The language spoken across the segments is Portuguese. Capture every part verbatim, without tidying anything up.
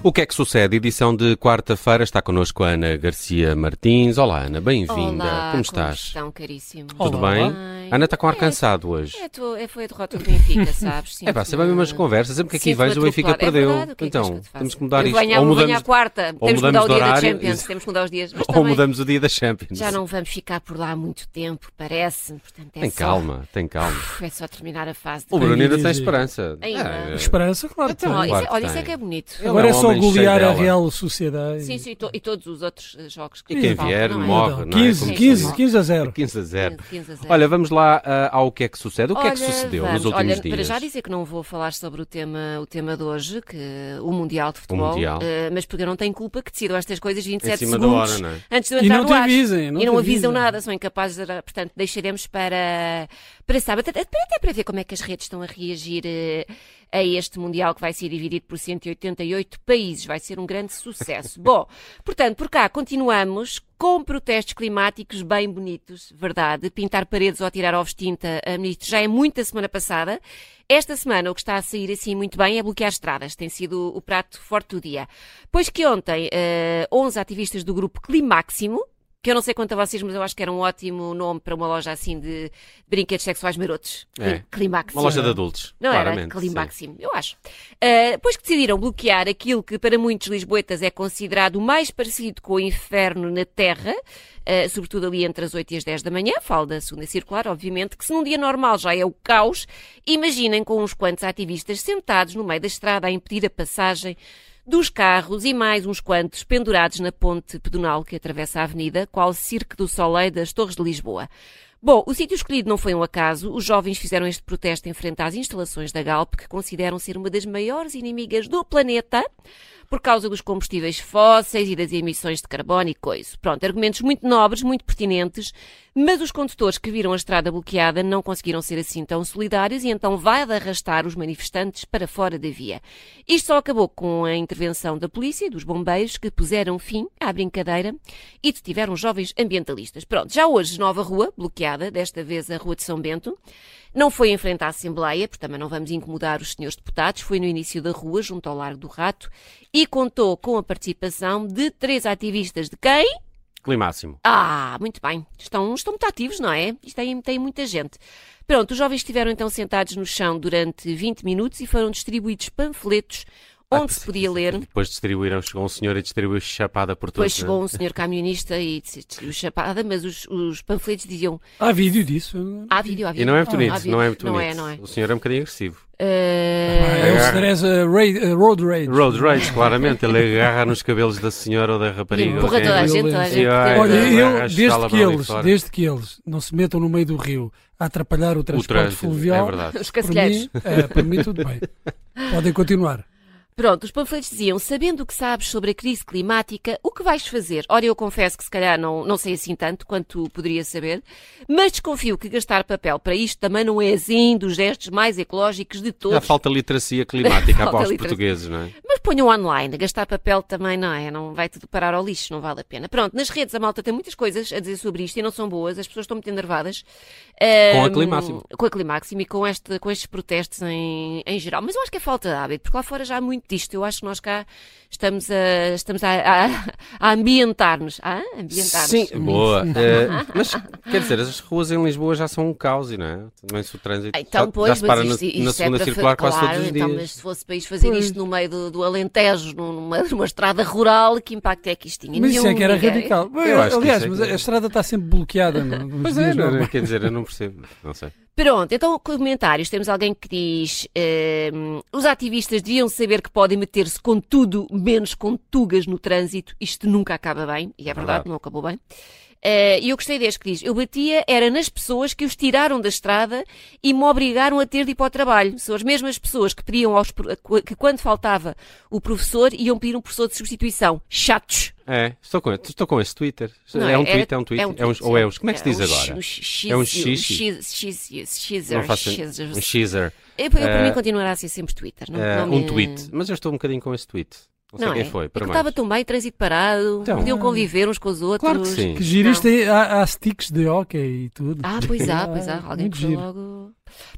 O que é que sucede? Edição de quarta-feira, está connosco a Ana Garcia Martins. Olá, Ana, bem-vinda. Olá, como estás? Como estão, caríssimo? Tudo Olá. bem? Ai, Ana está com ar é, cansado hoje. É, tô, é, foi a derrota do Benfica, sabes? É pá, sempre as mesmas conversas. Sempre que aqui Sinto-me vez o Benfica atropelado. perdeu. É verdade, o que é que Então, és que eu te temos que faço? mudar Eu isto. venho, Ou vou mudamos, venho à quarta. ou Temos que mudar mudamos o de dia da horário. Champions. Isso. Temos que mudar os dias. Mas ou também mudamos o dia da Champions. já não vamos ficar por lá muito tempo, parece. Portanto, é Tem só, calma, tem calma. É só terminar a fase de... O Bruno ainda tem dizer. esperança. Ainda. É, Esperança, claro que Então, tem. Olha, claro isso, que é- olha, isso é tem. que é bonito. Ele Agora é é um só homem cheio golear a dela. Real Sociedade. Sim, sim, e, to- e todos os outros eh, jogos que E quem faltam, vier não é? morre, Então, não é? quinze, Como quinze, se quinze a zero. quinze a zero. quinze a zero. Olha, vamos lá ah, ao que é que sucede. O que é que Olha, sucedeu vamos. nos últimos Olha, dias? Para já dizer que não vou falar sobre o tema, o tema de hoje, que o Mundial de Futebol, Mundial. eh, mas porque eu não tenho culpa que decidam estas coisas vinte e Em sete cima da segundos hora, não é? antes de eu E entrar não no te ar. avisem. Não E não te avisam avisem. nada, são incapazes de... Portanto, deixaremos para, para sábado, até, até para ver como é que as redes estão a reagir eh, a este Mundial que vai ser dividido por cento e oitenta e oito países. Vai ser um grande sucesso. Bom, portanto, por cá continuamos com protestos climáticos bem bonitos, verdade. Pintar paredes ou tirar ovos de tinta, a ministro, já é muita semana passada. Esta semana o que está a sair assim muito bem é bloquear estradas. Tem sido o prato forte do dia. Pois que ontem, eh, onze ativistas do grupo Climáximo, que eu não sei quanto a vocês, mas eu acho que era um ótimo nome para uma loja assim de brinquedos sexuais marotos. É. Climáximo. Uma loja de adultos, Não era? claramente. sim. Climáximo, eu acho. Uh, depois que decidiram bloquear aquilo que para muitos lisboetas é considerado o mais parecido com o inferno na Terra, uh, sobretudo ali entre as oito e as dez da manhã, falo da segunda circular, obviamente, que se num dia normal já é o caos, imaginem com uns quantos ativistas sentados no meio da estrada a impedir a passagem dos carros e mais uns quantos pendurados na ponte pedonal que atravessa a avenida, qual Cirque du Soleil das Torres de Lisboa. Bom, o sítio escolhido não foi um acaso. Os jovens fizeram este protesto em frente às instalações da Galp, que consideram ser uma das maiores inimigas do planeta, por causa dos combustíveis fósseis e das emissões de carbono e coisa. Pronto, argumentos muito nobres, muito pertinentes, mas os condutores que viram a estrada bloqueada não conseguiram ser assim tão solidários e então vai de arrastar os manifestantes para fora da via. Isto só acabou com a intervenção da polícia e dos bombeiros, que puseram fim à brincadeira e detiveram jovens ambientalistas. Pronto, já hoje nova rua bloqueada, desta vez a Rua de São Bento. Não foi em frente à Assembleia, porque também não vamos incomodar os senhores deputados, foi no início da rua, junto ao Largo do Rato, e contou com a participação de três ativistas de quem? Climáximo. Ah, muito bem. Estão, estão muito ativos, não é? Isto tem, tem muita gente. Pronto, os jovens estiveram então sentados no chão durante vinte minutos e foram distribuídos panfletos onde Ah, se podia ler. Depois distribuíram, chegou um senhor e distribuiu chapada por todos. Depois chegou um senhor camionista e distribuiu chapada, mas os, os panfletos diziam... Há vídeo disso. Há vídeo, há vídeo. E não é muito Há bonito, vídeo. não é muito Não bonito. é, não é. O senhor é um bocadinho agressivo. Ah, Eh, é o stress, uh, ra- uh, road rage. Road rage, claramente. Ele agarra nos cabelos da senhora ou da rapariga. Empurra ou quem toda a é. gente, toda a gente. Sim, ai, Olha, vai eu, arrastá-la desde para que, ali eles, fora. desde que eles não se metam no meio do rio a atrapalhar o O transporte trânsito, fluvial, é verdade. Os para cacilheiros. mim, é, para mim tudo bem. Podem continuar. Pronto, os panfletos diziam, sabendo o que sabes sobre a crise climática, o que vais fazer? Ora, eu confesso que se calhar não, não sei assim tanto quanto poderia saber, mas desconfio que gastar papel para isto também não é assim dos gestos mais ecológicos de todos. Já falta literacia climática Falta para os literacia. portugueses, não é? Mas ponham online, gastar papel também não é, não vai tudo parar ao lixo, não vale a pena. Pronto, nas redes a malta tem muitas coisas a dizer sobre isto e não são boas, as pessoas estão muito enervadas. Com a Ahm, Climáximo. Com a Climáximo e com, este, com estes protestos em, em geral. Mas eu acho que é falta de hábito, porque lá fora já há muito disto. Eu acho que nós cá estamos a, estamos a, a, a ambientar-nos. Ah, ambientar-nos. Sim, boa. Eh, mas, quer dizer, as ruas em Lisboa já são um caos, não é? Também se o trânsito Então, já, pois, já se para mas na, isto, isto na é segunda para circular fa- quase claro, todos os então, dias. mas se fosse para isto fazer Pois. isto no meio do, do Alentejo, numa, numa estrada rural, que impacto é que isto tinha? Mas isso é que era Ninguém. radical. Eu acho que Aliás, isso é mas que é. a estrada está sempre bloqueada. Não, nos Pois é, dias não, normais. quer dizer, eu não percebo, não sei. Pronto, então comentários. Temos alguém que diz ehm, os ativistas deviam saber que podem meter-se com tudo menos com tugas no trânsito. Isto nunca acaba bem. E é verdade, Verdade. não acabou bem. Eh, E eu gostei deste que diz, eu batia era nas pessoas que os tiraram da estrada e me obrigaram a ter de ir para o trabalho. São as mesmas pessoas que pediam aos, pro- que quando faltava o professor iam pedir um professor de substituição. Chatos. É, estou com, estou com esse Twitter. Não é, é? um Era- tweet, é um tweet, é um é um, tweet, ou é sim. um, como é que se diz um agora? x- x- É um x- xixi? x- x- xer, Não faço xer. um xer. Eu, eu, para Eh, mim, continuará a ser sempre Twitter. Não, Eh, não um me- tweet. Mas eu estou um bocadinho com esse tweet. Não sei Não quem é? foi, É para que mais. estava tão bem, trânsito parado, Então. podiam conviver uns com os outros. Claro que sim. Que giro isto é, há, há sticks de hóquei e tudo. Ah, pois há, pois há. Alguém Muito que foi giro. logo...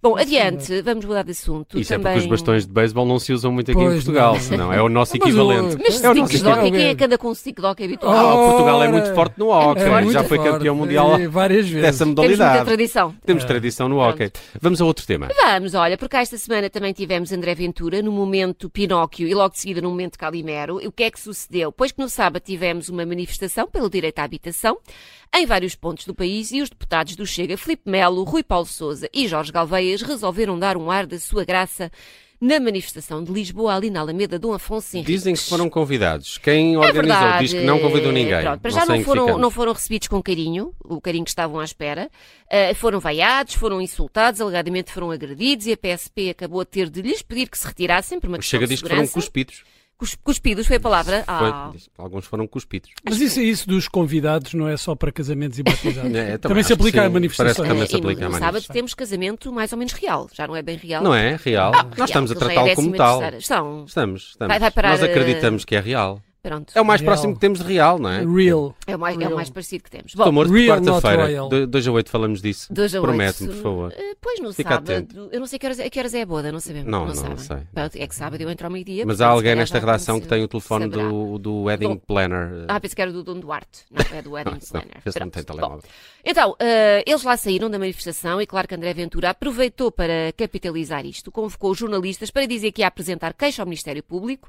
Bom, adiante, vamos mudar de assunto. Isso também... é porque os bastões de beisebol não se usam muito aqui Pois em Portugal, não. senão é o nosso Mas o- equivalente. Mas É o sticks nosso de hockey, equivalente. quem é que anda com um stick de hockey habitual? Ah, Ora, Portugal é muito forte no hóquei, é muito já foi forte, campeão mundial é, várias vezes. dessa Temos muita modalidade. tradição. Temos É. tradição no hóquei. Vamos a outro tema. Vamos, olha, porque esta semana também tivemos André Ventura, no momento Pinóquio e logo de seguida no momento Calimero. E o que é que sucedeu? Pois que no sábado tivemos uma manifestação pelo direito à habitação em vários pontos do país e os deputados do Chega, Filipe Melo, Rui Paulo Sousa e Jorge Galveias, resolveram dar um ar da sua graça na manifestação de Lisboa, ali na Alameda Dom Afonso Henriques. Dizem que foram convidados. Quem É organizou verdade. diz que não convidou ninguém. Pronto, para não já sei não em que foram, ficamos. não foram recebidos com carinho, o carinho que estavam à espera. Uh, foram vaiados, foram insultados, alegadamente foram agredidos e a P S P acabou a ter de lhes pedir que se retirassem por uma O questão Chega de diz que foram segurança. cuspidos. Cus- Cuspidos foi a palavra? Ah. Foi, diz que alguns foram cuspidos. Mas isso, isso dos convidados não é só para casamentos e batizados. É, também se acho que aplica sim. a manifestações. Parece que também se E no- aplica a no sábado manifestações. temos casamento mais ou menos real. Já não é bem real. Não é real. Ah, Nós real, estamos a aquilo já é tratá-lo como décima tal. terceira. Estão. Estamos, estamos. Vai- vai parar, Nós eh, acreditamos que é real. Pronto. É o mais Real. próximo que temos de real, não é? Real. É o mais, é o Real. mais parecido que temos. Estou Bom, morto por Real, not quarta-feira. royal. Do- dois a oito falamos disso. dois a oito. Promete-me, por favor. Eh, Pois no Fica sábado, atento. eu não sei que horas, a que horas é a boda, não sabemos. Não, não, não sabem. sei. Pronto, é que sábado eu entro ao meio-dia. Mas portanto, há se alguém calhar nesta já redação que aconteceu. tem o telefone Saberá. do, do Wedding Dom- Planner. Ah, pensei que era do Dom Duarte. Não, é do Wedding Não, Planner. esse não tem Pronto. telemóvel. Bom, então, eh, eles lá saíram da manifestação e claro que André Ventura aproveitou para capitalizar isto. Convocou os jornalistas para dizer que ia apresentar queixa ao Ministério Público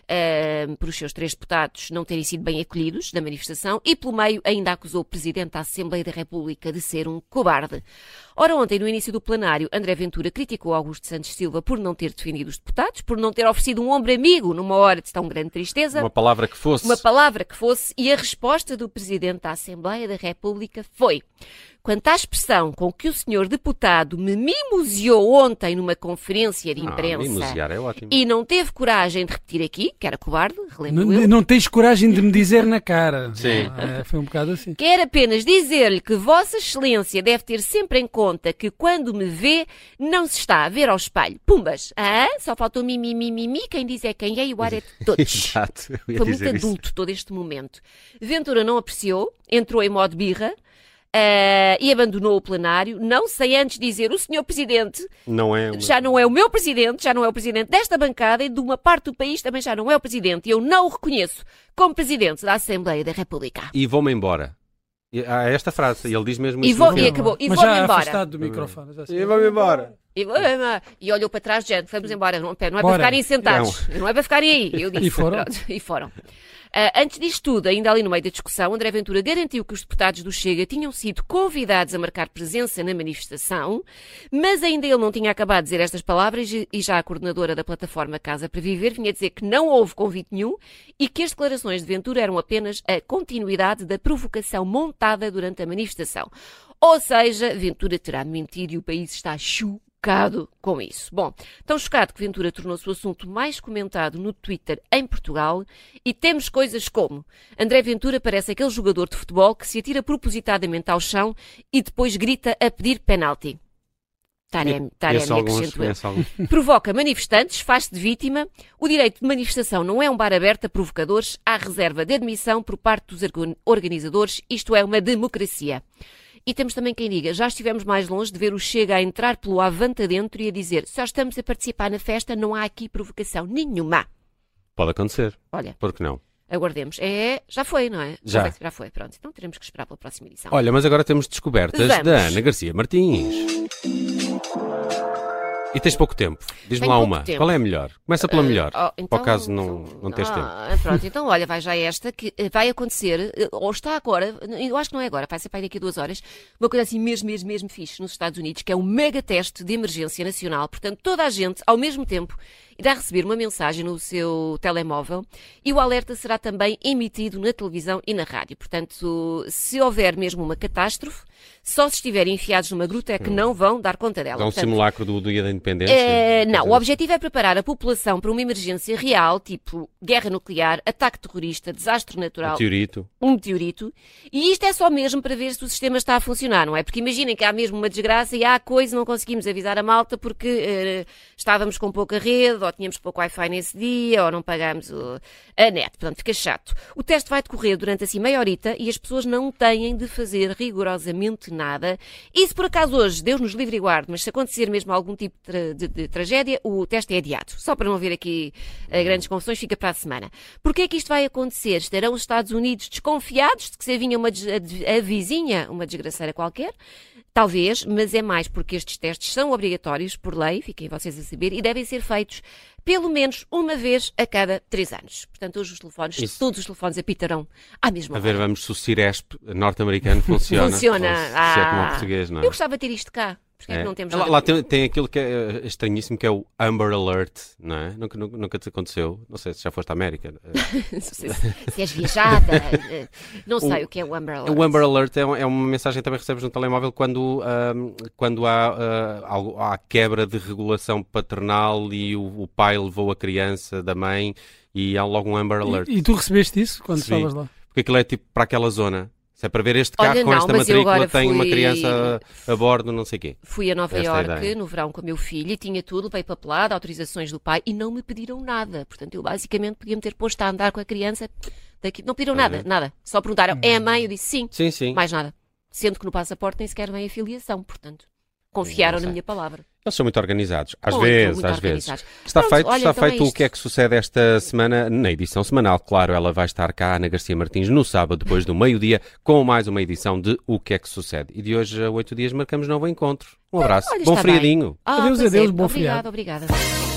eh, por os seus três deputados não terem sido bem acolhidos da manifestação e, pelo meio, ainda acusou o Presidente da Assembleia da República de ser um cobarde. Ora, ontem, no início do plenário, André Ventura criticou Augusto Santos Silva por não ter defendido os deputados, por não ter oferecido um ombro amigo numa hora de tão grande tristeza. Uma palavra que fosse. Uma palavra que fosse, e a resposta do Presidente da Assembleia da República foi: quanto à expressão com que o senhor deputado me mimoseou ontem numa conferência de Ah, imprensa mimosear é ótimo. e não teve coragem de repetir aqui, que era cobarde, relembro Não, eu, não tens coragem de me dizer na cara. Sim. É, foi um bocado assim. quer apenas dizer-lhe que Vossa Excelência deve ter sempre em conta que quando me vê, não se está a ver ao espelho. Pumbas! Ah, só faltou mimi, mimi, mimi, quem diz é quem é e o ar é de todos. Exato. Eu ia Foi muito dizer isso. adulto todo este momento. Ventura não apreciou, entrou em modo birra eh, e abandonou o plenário, não sem antes dizer: o senhor Presidente Não é. uma- já não é o meu Presidente, já não é o Presidente desta bancada e de uma parte do país também já não é o Presidente. E eu não o reconheço como Presidente da Assembleia da República. E vou-me embora. E há esta frase. E ele diz mesmo E isso. vou- no e final. acabou. E Mas vou-me já embora. afastado do microfone. já assim. E vou-me embora. E, e olhou para trás, gente, vamos embora. Não, pera, não é Bora. para ficarem sentados. Não. é para ficarem aí. Eu disse, E foram? pronto, e foram. Ah, antes disto tudo, ainda ali no meio da discussão, André Ventura garantiu que os deputados do Chega tinham sido convidados a marcar presença na manifestação, mas ainda ele não tinha acabado de dizer estas palavras e e já a coordenadora da plataforma Casa para Viver vinha dizer que não houve convite nenhum e que as declarações de Ventura eram apenas a continuidade da provocação montada durante a manifestação. Ou seja, Ventura terá mentido e o país está chocado com isso. Bom, tão chocado que Ventura tornou-se o assunto mais comentado no Twitter em Portugal e temos coisas como: André Ventura parece aquele jogador de futebol que se atira propositadamente ao chão e depois grita a pedir penalti. Taremi, Conheço Taremi, alguns, acrescento eu. conheço alguns. Provoca manifestantes, faz-se de vítima. O direito de manifestação não é um bar aberto a provocadores, há reserva de admissão por parte dos organ- organizadores. Isto é uma democracia. E temos também quem diga: já estivemos mais longe de ver o Chega a entrar pelo avante adentro e a dizer: só estamos a participar na festa, não há aqui provocação nenhuma. Pode acontecer. Olha, Por que não? aguardemos. É, já foi, não é? Já. foi, já foi, pronto. Então teremos que esperar pela próxima edição. Olha, mas agora temos descobertas Vamos. da Ana Garcia Martins. E tens pouco tempo. Diz-me Tenho lá pouco uma. tempo. Qual é a melhor? Começa pela melhor. Oh, então- Por acaso não, não tens tempo. ah, Pronto, então olha, vai já esta, que eh, vai acontecer, eh, ou está agora, eu acho que não é agora, vai ser para aí daqui a duas horas, uma coisa assim mesmo, mesmo, mesmo fixe nos Estados Unidos, que é um mega teste de emergência nacional. Portanto, toda a gente, ao mesmo tempo, irá receber uma mensagem no seu telemóvel e o alerta será também emitido na televisão e na rádio. Portanto, se houver mesmo uma catástrofe, só se estiverem enfiados numa gruta é que não vão dar conta dela. É um Portanto, simulacro do, do Dia da Independência? eh, não, Quer o dizer, objetivo é preparar a população para uma emergência real, tipo guerra nuclear, ataque terrorista, desastre natural, Meteorito. um meteorito, e isto é só mesmo para ver se o sistema está a funcionar, não é? Porque imaginem que há mesmo uma desgraça e há coisa, não conseguimos avisar a malta porque eh, estávamos com pouca rede ou tínhamos pouco Wi-Fi nesse dia, ou não pagámos o, a net. Portanto, fica chato. O teste vai decorrer durante assim meia horita e as pessoas não têm de fazer rigorosamente nada. E se por acaso hoje, Deus nos livre e guarde, mas se acontecer mesmo algum tipo de, tra de, de tragédia, o teste é adiado. Só para não haver aqui uh, grandes confusões, fica para a semana. Porquê é que isto vai acontecer? Estarão os Estados Unidos desconfiados de que se vinha uma a, a vizinha, uma desgraceira qualquer? Talvez, mas é mais porque estes testes são obrigatórios por lei, fiquem vocês a saber, e devem ser feitos pelo menos uma vez a cada três anos. Portanto, hoje os telefones, Isso. todos os telefones apitarão à mesma hora. A ver, vamos se o Ciresp norte-americano funciona. Funciona. Ou se ah, é como o português, não é? Eu gostava de ter isto cá. Porque é. É que não temos lá lá tem, tem aquilo que é estranhíssimo, que é o Amber Alert, não é? Nunca, nunca, nunca te aconteceu. Não sei se já foste à América. Não sei se, se és viajada. Não sei o, o que é o Amber Alert. O Amber Alert é, é uma mensagem que também recebes no telemóvel quando, um, quando há, uh, há quebra de regulação paternal e o, o pai levou a criança da mãe e há logo um Amber Alert. E, e tu recebeste isso quando Sim, estavas lá? Porque aquilo é tipo para aquela zona. Se é para ver este carro Olha, com não, esta mas eu matrícula, agora tem fui- uma criança a, a bordo, não sei o quê. Fui a Nova Esta é a Iorque ideia. no verão com o meu filho e tinha tudo, veio papelado, autorizações do pai e não me pediram nada. Portanto, eu basicamente podia-me ter posto a andar com a criança daqui. Não pediram nada, nada. Só perguntaram, é a mãe? Eu disse sim, Sim, sim. mais nada. Sendo que no passaporte nem sequer vem a filiação, portanto, confiaram Não na sei. minha palavra. Eles são muito organizados. Às Muito, vezes, muito às vezes. organizados. Está Pronto, feito, olha, está então é feito o isto. que é que sucede esta semana na edição semanal. Claro, ela vai estar cá, Ana Garcia Martins, no sábado, depois do meio-dia, com mais uma edição de O que é que sucede. E de hoje a oito dias marcamos novo encontro. Um abraço. Olha, Bom está bem. feriadinho. Ah, Adeus, pois é. adeus, bom Obrigada, feriado. obrigada.